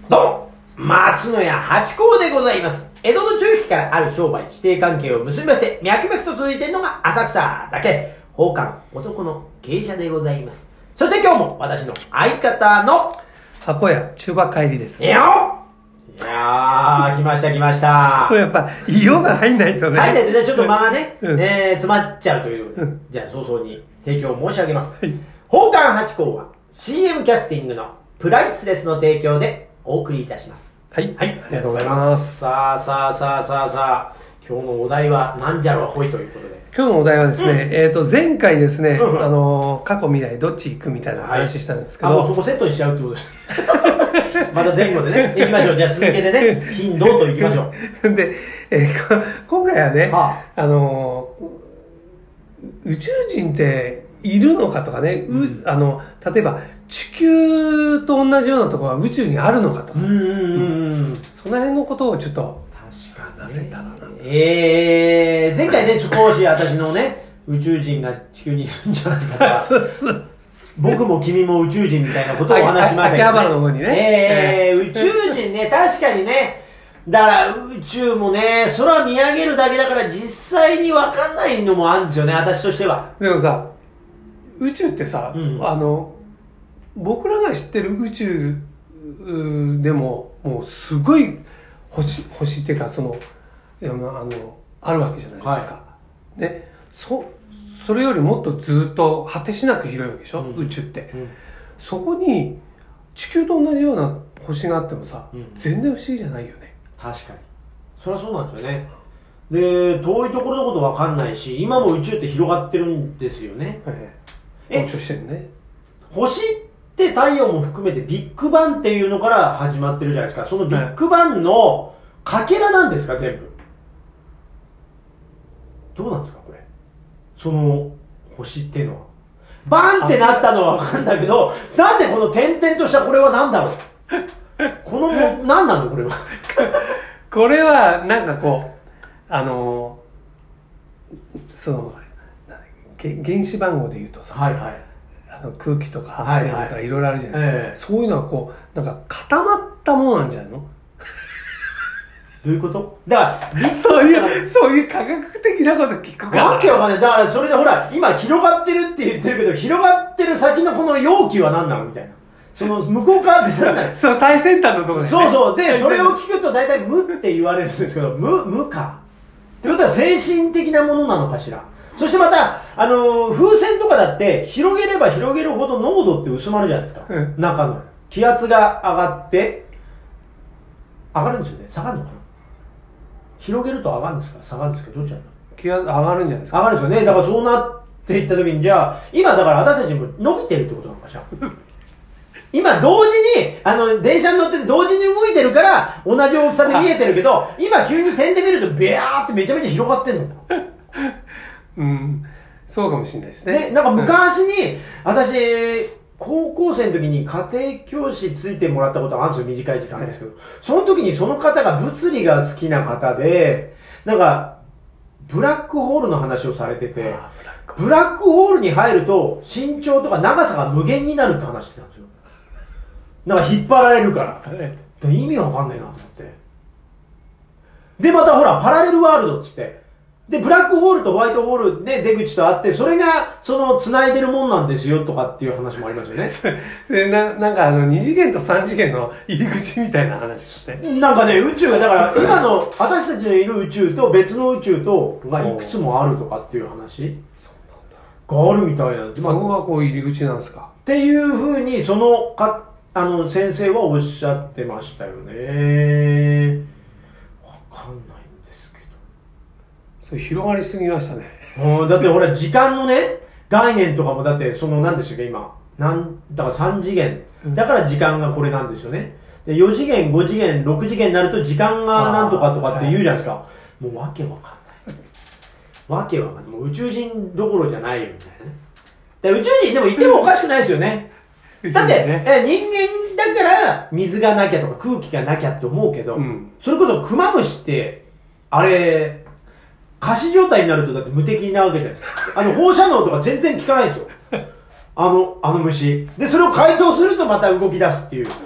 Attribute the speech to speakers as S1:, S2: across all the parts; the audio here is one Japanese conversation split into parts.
S1: どうも、松野屋八甲でございます。江戸の中期からある商売、師弟関係を結びまして、脈々と続いているのが浅草だけ、宝冠男の芸者でございます。そして今日も私の相方の、
S2: 箱屋中馬帰りです。
S1: いやー、来ました。
S2: そうやっぱ、色が入んないとね。
S1: 入んないとね、ちょっと間がね、詰まっちゃうという。じゃあ早々に提供申し上げます。宝冠八甲は CM キャスティングのプライスレスの提供でお送りいたします。
S2: はい。
S1: ありがとうございます。さあ、今日のお題はなんじゃろうほいということで。
S2: 今日のお題はですね、前回ですね、過去未来どっち行くみたいな話したんですけど。
S1: もうそこセットにしちゃうってことです。また前後でね、行きましょう。じゃあ続けてね、頻度と行きましょ
S2: う。で、今回はね、宇宙人っているのかとかね、例えば地球と同じようなところは宇宙にあるのかとか、その辺のことをちょっと話せたらな。
S1: 前回ね、少し私のね、宇宙人が地球にいるんじゃないかとか、僕も君も宇宙人みたいなことをお話しましたけど、ね。
S2: 秋葉原の方にね。
S1: 宇宙人ね、確かにね、だから宇宙もね、空見上げるだけだから実際に分かんないのもあるんですよね、私としては。
S2: でもさ、宇宙ってさ、僕らが知ってる宇宙でも、もうすごい星っていうか、あるわけじゃないですか。はい、で、それよりもっとずっと果てしなく広いわけでしょ、宇宙って。そこに地球と同じような星があってもさ、全然不思議じゃないよね。
S1: 確かに。そりゃそうなんですよね。で、遠いところのことわかんないし、今も宇宙って広がってるんですよね。
S2: 膨張してるね。
S1: 星って太陽も含めてビッグバンっていうのから始まってるじゃないですか。そのビッグバンのかけらなんですか、全部。どうなんですか、これ。その星っていうのは。バンってなったのはわかんだけど、なんでこの点々としたこれは何だろう。この何なのこれは。
S2: これはなんかこう、原子番号で言うとさ、空気とか発電とかいろいろあるじゃないですか。そういうのはこう、なんか固まったものなんじゃないの？
S1: どういうこと？だから
S2: そういう科学的なこと聞くから。
S1: わけわかんない。だからそれでほら、今広がってるって言ってるけど、広がってる先のこの容器は何なのみたいな。その向こう側って何なの？
S2: そう、最先端のところで、ね。
S1: そう。で、それを聞くと大体無って言われるんですけど、無か。ってことは精神的なものなのかしら。そしてまた、風船とかだって広げれば広げるほど濃度って薄まるじゃないですか。中の。気圧が上がって、上がるんですよね。下がるのかな？広げると上がるんですか？下がるんですか？どっちなの？
S2: 気圧上がるんじゃないですか？
S1: 上がるんですよね。だからそうなっていった時に、じゃあ、今だから私たちも伸びてるってことなのかしら。今同時に、電車に乗ってて同時に動いてるから、同じ大きさで見えてるけど、今急に点で見ると、ベアーってめちゃめちゃ広がってんの。
S2: そうかもしれないですね。
S1: なんか昔に、私、高校生の時に家庭教師ついてもらったことがあるんですよ、短い時間ですけど。その時にその方が物理が好きな方で、なんか、ブラックホールの話をされてて、ブラックホールに入ると身長とか長さが無限になるって話してたんですよ。なんか引っ張られるから。意味わかんないなと思って。で、またほら、パラレルワールドっつって。で、ブラックホールとホワイトホールで出口とあって、それが、繋いでるもんなんですよとかっていう話もありますよね。
S2: なんか2次元と3次元の入り口みたいな話ですね。
S1: なんかね、宇宙が、だから今の私たちのいる宇宙と別の宇宙とがいくつもあるとかっていう話があるみたいなんで。
S2: そこがこう入り口なんですか。
S1: っていうふうに、先生はおっしゃってましたよね。わかんないんですけど。
S2: それ広がりすぎましたね。
S1: だってほら、時間のね、概念とかもだって、何でしたっけ、今。だから3次元。だから時間がこれなんですよね。で、4次元、5次元、6次元になると時間がなんとかとかって言うじゃないですか。もうわけわかんない。わけわかんない。もう宇宙人どころじゃないよ、みたいなね。で宇宙人でもいてもおかしくないですよね。だって、人間だから水がなきゃとか空気がなきゃって思うけど、それこそクマムシって、あれ、仮死状態になるとだって無敵なわけじゃないですか。放射能とか全然効かないんですよ。あの虫。で、それを解凍するとまた動き出すっていう。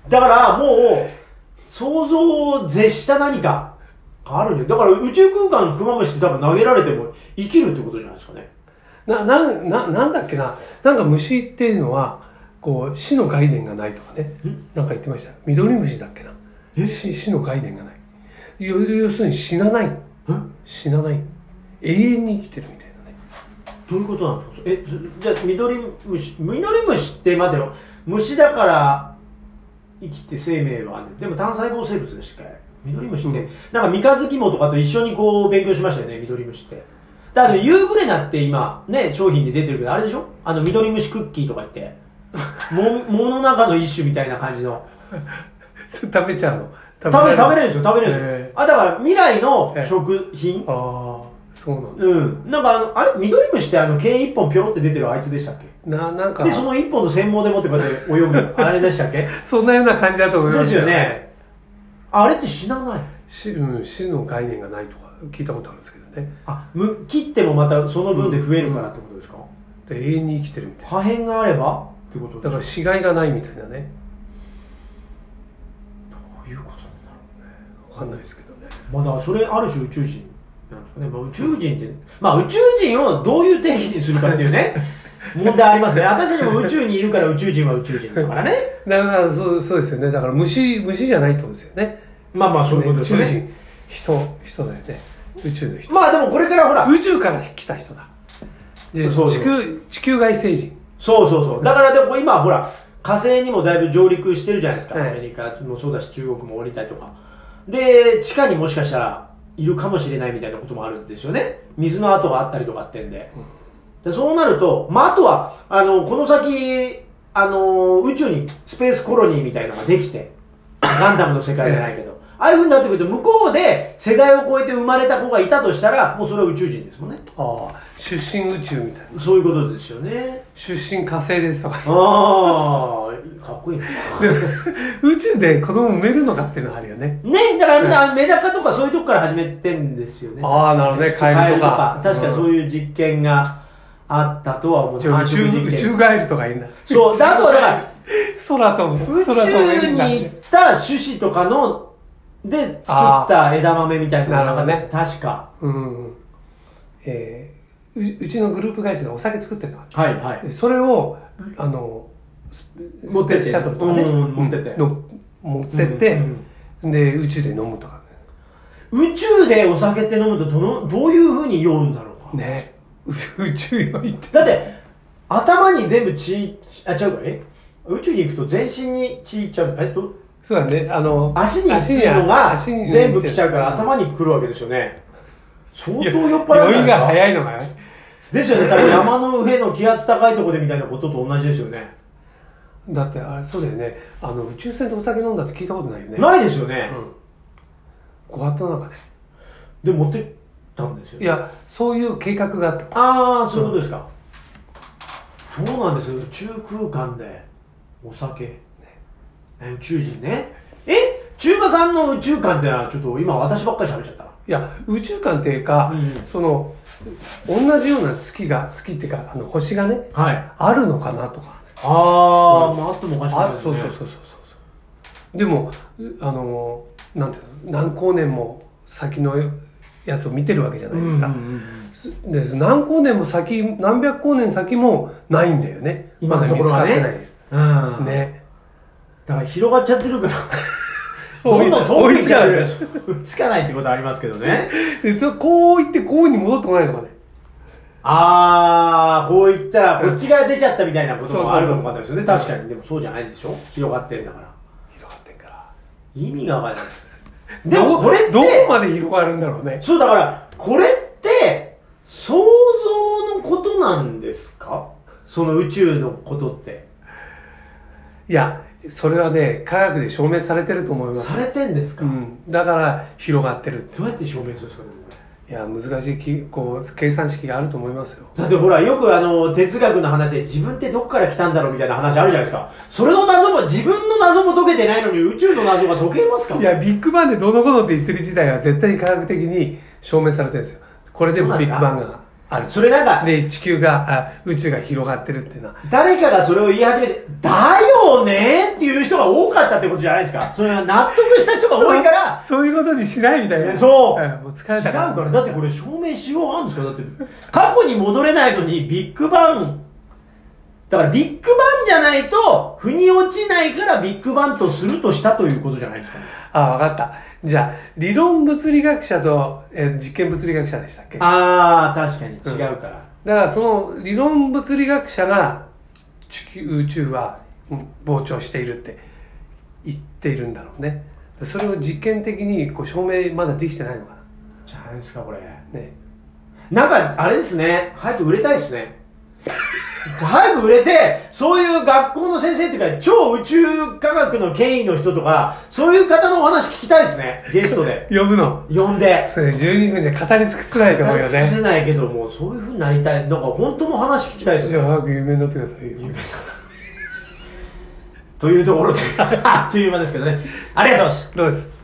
S1: だからもう、想像を絶した何かがあるんだよ。だから宇宙空間のクマムシって多分投げられても生きるってことじゃないですかね。
S2: なんだっけな。なんか虫っていうのは、こう、死の概念がないとかね。なんか言ってました。ミドリムシだっけな。死の概念がない。要するに死なない。死なない。永遠に生きてるみたいなね。
S1: どういうことなんですか？じゃあミドリムシって待てよ。虫だから生きて生命はある。でも単細胞生物でしたっけ？ミドリムシって、なんか三日月芋とかと一緒にこう勉強しましたよね、ミドリムシって。だからユーグレナって今ね、商品で出てるけど、あれでしょ？ミドリムシクッキーとか言って、藻の中の一種みたいな感じの。
S2: それ食べちゃうの？
S1: 食べれるんですよ、食べれるんですよ。だから未来の食品。
S2: ああ、そうなんだ。
S1: うん。なんかあれ、ミドリムシって毛一本ピョロって出てるあいつでしたっけ？
S2: なんか。
S1: で、その一本の専門でもってこうやって泳ぐ、あれでしたっけ？
S2: そんなような感じだと思います。
S1: ですよね。あれって死なない？
S2: 死の概念がないとか聞いたことあるんですけどね。
S1: 切ってもまたその分で増えるからってことですか？
S2: で永遠に生きてるみたいな。
S1: 破片があればってことですか？
S2: だから死骸がないみたいなね。
S1: どういうことなんだろうね。
S2: わかんないですけどね。
S1: まだそれある種宇宙人なんですかね。宇宙人って、宇宙人をどういう定義にするかっていうね、問題ありますね。私たちも宇宙にいるから宇宙人は宇宙人だからね。
S2: だからそうですよね。だから虫じゃないってことですよね。
S1: そういうことですよね。
S2: 宇宙人、人だよね。宇宙の人。
S1: でもこれからほら。
S2: 宇宙から来た人だ。地球外星人。
S1: そう。だからでも今ほら、火星にもだいぶ上陸してるじゃないですか。アメリカもそうだし、中国も降りたりとか。で、地下にもしかしたらいるかもしれないみたいなこともあるんですよね。水の跡があったりとかってんで。でそうなると、あとは、この先、宇宙にスペースコロニーみたいなのができて、ガンダムの世界じゃないけど、ああいう風になってくると、向こうで世代を超えて生まれた子がいたとしたら、もうそれは宇宙人ですもんね。
S2: 出身宇宙みたいな。
S1: そういうことですよね。
S2: 出身火星ですとか。
S1: かっこいいな。
S2: 宇宙で子供産めるのかっていうのはあるよね。
S1: ね、だからメダカとかそういうとこから始めてんですよね。
S2: なるほどね、カエルとか。
S1: 確かそういう実験があったとは思う。
S2: 宇宙ガエルとか言うんだ。
S1: そう。あとはだから、宇宙に行った種子とかの、で作った枝豆みたいなのがなかったです。確か。
S2: うちのグループ会社でお酒作ってた。
S1: はい。
S2: それを、
S1: 持ってって、
S2: シャトルとかね。
S1: 持ってって。
S2: で、宇宙で飲むとか。
S1: 宇宙でお酒って飲むとどういう風に酔うんだろうか。
S2: ね。宇宙酔いって。
S1: だって、頭に全部違うか、宇宙に行くと全身に血いっちゃう。
S2: そうだね。
S1: 足に来るのが全部来ちゃうから頭に来るわけですよね。相当酔っ払うから。
S2: 酔いが早いのがね。
S1: ですよね。多分山の上の気圧高いところでみたいなことと同じですよね。
S2: だってあれそうだよね。宇宙船でお酒飲んだって聞いたことないよね。
S1: ないですよね。
S2: ご法度の中で。
S1: で持ってったんですよ。
S2: いや、そういう計画があった。
S1: そういうことですか。そうなんですよ。宇宙空間でお酒。宇宙人ね。中馬さんの宇宙観ってのはちょっと今私ばっかり喋っちゃったな。
S2: いや、宇宙観っていうか、同じような月っていうか、星がね、あるのかなとか。
S1: あってもおかしくないですね。
S2: そう。でも、なんていうの、何光年も先のやつを見てるわけじゃないですか。で、何光年も先、何百光年先もないんだよね。
S1: 今のところはね。
S2: ね。
S1: だから広がっちゃってるから。どんどん遠くに行っちゃう。つかないってことありますけどね。
S2: こう行ってこうに戻ってこないのかね。
S1: こう言ったらこっち側出ちゃったみたいなこともあるのかもしれないですよね。確かに。でもそうじゃないんでしょ？広がってんだから。意味がわからない。
S2: でもこれどこまで広がるんだろうね。
S1: そうだから、これって想像のことなんですか？その宇宙のことって。
S2: いや、それはね、科学で証明されてると思います。
S1: されてんですか？
S2: だから広がってる。
S1: どうやって証明するんですかね？
S2: いや、難しい計算式があると思いますよ。
S1: だってほら、よく哲学の話で自分ってどこから来たんだろうみたいな話あるじゃないですか。それの謎も、自分の謎も解けてないのに宇宙の謎が解けますか？
S2: いや、ビッグバンでどうのこうのって言ってる時代は絶対に科学的に証明されてるんですよ。これでビッグバンがある。
S1: それなんか、
S2: で、宇宙が広がってるっていうのは。
S1: 誰かがそれを言い始めて、だよねっていう人が多かったってことじゃないですか。それは納得した人が多いから、
S2: そういうことにしないみたいな。
S1: そう。
S2: もう疲れたから。
S1: 違うから。だってこれ証明しようあるんですかだって。過去に戻れないのにビッグバン、だからビッグバンじゃないと、腑に落ちないからビッグバンとするとしたということじゃないですかね。
S2: わかった。じゃあ、理論物理学者と、実験物理学者でしたっけ？
S1: 確かに違うから。
S2: だからその理論物理学者が宇宙は膨張しているって言っているんだろうね。それを実験的に証明まだできてないのかな。
S1: じゃないですかこれ。
S2: ね。
S1: なんかあれですね。早く売れたいですね。早く売れて、そういう学校の先生っていうか、超宇宙科学の権威の人とか、そういう方のお話聞きたいですね。ゲストで。
S2: 呼ぶの。
S1: 呼んで。
S2: それ12分じゃ語り尽くせないと思うよね。
S1: 語り尽くせないけども、そういう風になりたい。なんか本当の話聞きたいです
S2: じゃあ早く有名になってくださいよ。有名だ。
S1: というところで、あっという間ですけどね。ありがとうございます。
S2: どうです。